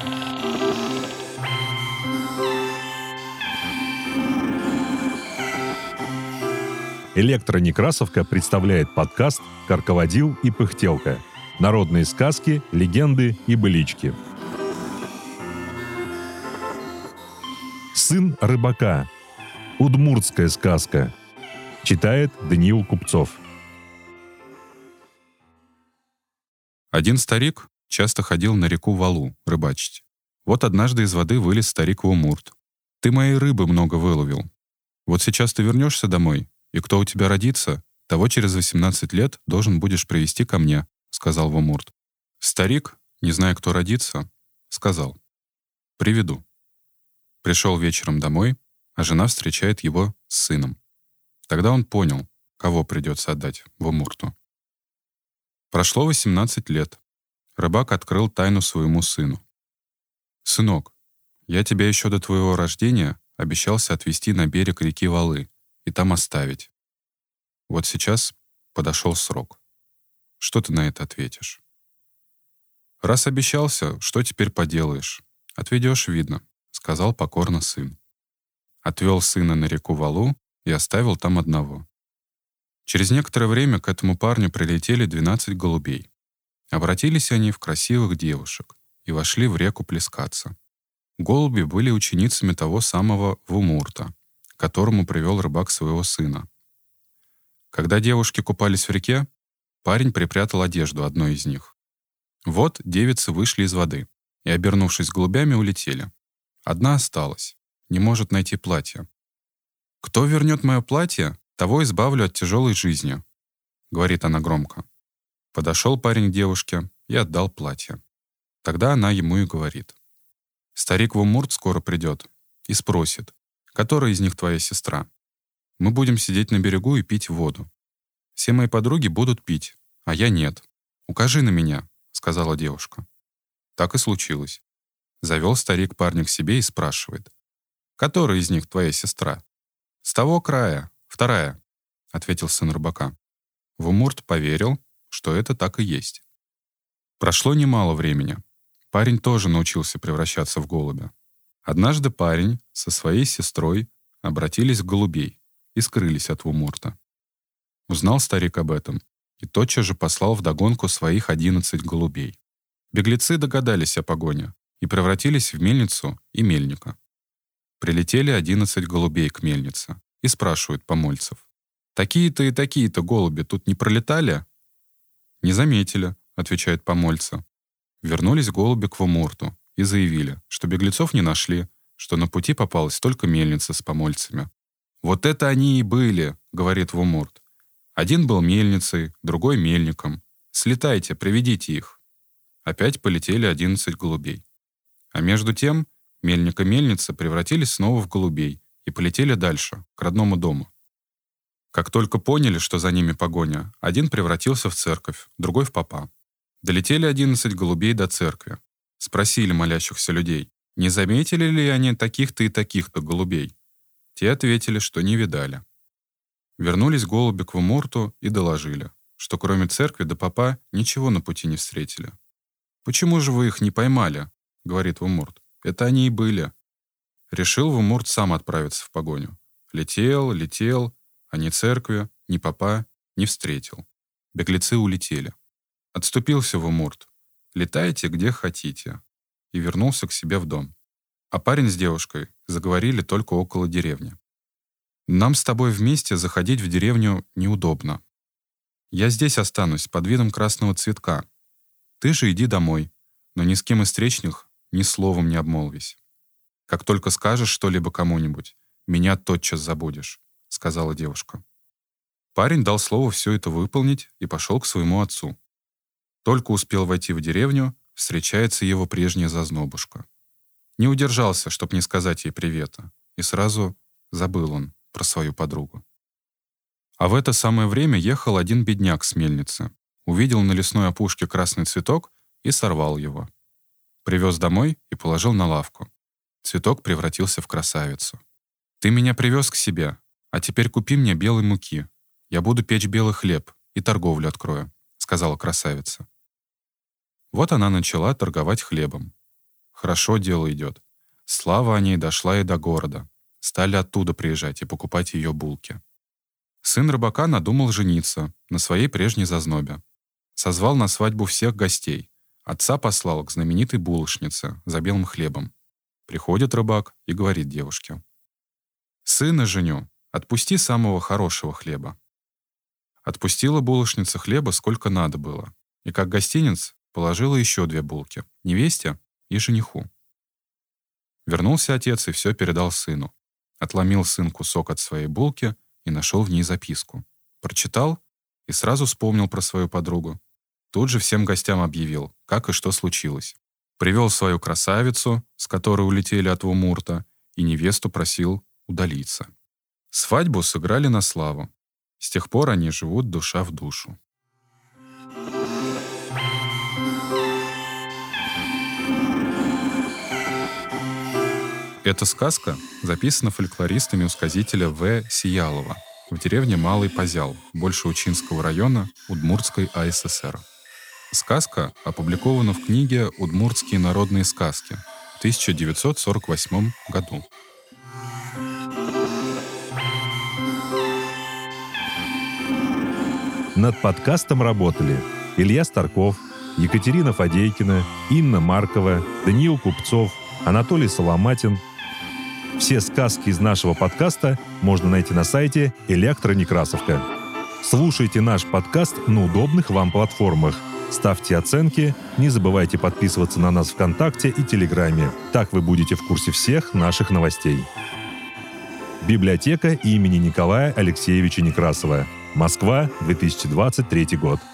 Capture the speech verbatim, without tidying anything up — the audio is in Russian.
Электронекрасовка представляет подкаст «Карководил и пыхтелка». Народные сказки, легенды и былички. Сын рыбака. Удмуртская сказка. Читает Даниил Купцов. Один старик часто ходил на реку Валу рыбачить. Вот однажды из воды вылез старик Вумурт. «Ты моей рыбы много выловил. Вот сейчас ты вернешься домой, и кто у тебя родится, того через восемнадцать лет должен будешь привести ко мне», — сказал Вумурт. Старик, не зная, кто родится, сказал: «Приведу». Пришел вечером домой, а жена встречает его с сыном. Тогда он понял, кого придется отдать Вумурту. Прошло восемнадцать лет. Рыбак открыл тайну своему сыну. «Сынок, я тебя еще до твоего рождения обещался отвезти на берег реки Валы и там оставить. Вот сейчас подошел срок. Что ты на это ответишь?» «Раз обещался, что теперь поделаешь? Отведешь, видно», — сказал покорно сын. Отвел сына на реку Валу и оставил там одного. Через некоторое время к этому парню прилетели двенадцать голубей. Обратились они в красивых девушек и вошли в реку плескаться. Голуби были ученицами того самого Вумурта, к которому привел рыбак своего сына. Когда девушки купались в реке, парень припрятал одежду одной из них. Вот девицы вышли из воды и, обернувшись голубями, улетели. Одна осталась, не может найти платье. «Кто вернет мое платье, того избавлю от тяжелой жизни», — говорит она громко. Подошел парень к девушке и отдал платье. Тогда она ему и говорит: «Старик Вумурт скоро придет и спросит, которая из них твоя сестра. Мы будем сидеть на берегу и пить воду. Все мои подруги будут пить, а я нет. Укажи на меня», — сказала девушка. Так и случилось. Завел старик парня к себе и спрашивает: «Которая из них твоя сестра?» «С того края, вторая», — ответил сын рыбака. Вумурт поверил, что это так и есть. Прошло немало времени. Парень тоже научился превращаться в голубя. Однажды парень со своей сестрой обратились к голубей и скрылись от Вумурта. Узнал старик об этом и тотчас же послал вдогонку своих одиннадцать голубей. Беглецы догадались о погоне и превратились в мельницу и мельника. Прилетели одиннадцать голубей к мельнице и спрашивают помольцев: «Такие-то и такие-то голуби тут не пролетали?» «Не заметили», — отвечают помольцы. Вернулись голуби к Вумурту и заявили, что беглецов не нашли, что на пути попалась только мельница с помольцами. «Вот это они и были», — говорит Вумурт. «Один был мельницей, другой мельником. Слетайте, приведите их». Опять полетели одиннадцать голубей. А между тем мельник и мельница превратились снова в голубей и полетели дальше, к родному дому. Как только поняли, что за ними погоня, один превратился в церковь, другой в попа. Долетели одиннадцать голубей до церкви. Спросили молящихся людей, не заметили ли они таких-то и таких-то голубей. Те ответили, что не видали. Вернулись голуби к Вумурту и доложили, что кроме церкви до попа ничего на пути не встретили. «Почему же вы их не поймали?» — говорит Вумурт. «Это они и были». Решил Вумурт сам отправиться в погоню. Летел, летел, а ни церкви, ни попа не встретил. Беглецы улетели. Отступился Вумурт. «Летайте где хотите», и вернулся к себе в дом. А парень с девушкой заговорили только около деревни. «Нам с тобой вместе заходить в деревню неудобно. Я здесь останусь под видом красного цветка. Ты же иди домой, но ни с кем из встречных ни словом не обмолвись. Как только скажешь что-либо кому-нибудь, меня тотчас забудешь», — сказала девушка. Парень дал слово все это выполнить и пошел к своему отцу. Только успел войти в деревню, встречается его прежняя зазнобушка. Не удержался, чтоб не сказать ей привета, и сразу забыл он про свою подругу. А в это самое время ехал один бедняк с мельницы, увидел на лесной опушке красный цветок и сорвал его. Привез домой и положил на лавку. Цветок превратился в красавицу. «Ты меня привез к себе, а теперь купи мне белой муки. Я буду печь белый хлеб и торговлю открою», — сказала красавица. Вот она начала торговать хлебом. Хорошо дело идет. Слава о ней дошла и до города. Стали оттуда приезжать и покупать ее булки. Сын рыбака надумал жениться на своей прежней зазнобе. Созвал на свадьбу всех гостей. Отца послал к знаменитой булочнице за белым хлебом. Приходит рыбак и говорит девушке: «Сына женю, отпусти самого хорошего хлеба». Отпустила булочница хлеба сколько надо было, и как гостинец положила еще две булки — невесте и жениху. Вернулся отец и все передал сыну. Отломил сын кусок от своей булки и нашел в ней записку. Прочитал и сразу вспомнил про свою подругу. Тут же всем гостям объявил, как и что случилось. Привел свою красавицу, с которой улетели от Вумурта, и невесту просил удалиться. Свадьбу сыграли на славу. С тех пор они живут душа в душу. Эта сказка записана фольклористами у сказителя В. Сиялова в деревне Малый Позял, Большеучинского района Удмуртской А С С Р. Сказка опубликована в книге «Удмуртские народные сказки» в тысяча девятьсот сорок восьмом году. Над подкастом работали Илья Старков, Екатерина Фадейкина, Инна Маркова, Даниил Купцов, Анатолий Соломатин. Все сказки из нашего подкаста можно найти на сайте «Электронекрасовка». Слушайте наш подкаст на удобных вам платформах. Ставьте оценки, не забывайте подписываться на нас ВКонтакте и Телеграме. Так вы будете в курсе всех наших новостей. Библиотека имени Николая Алексеевича Некрасова. Москва, две тысячи двадцать третий год.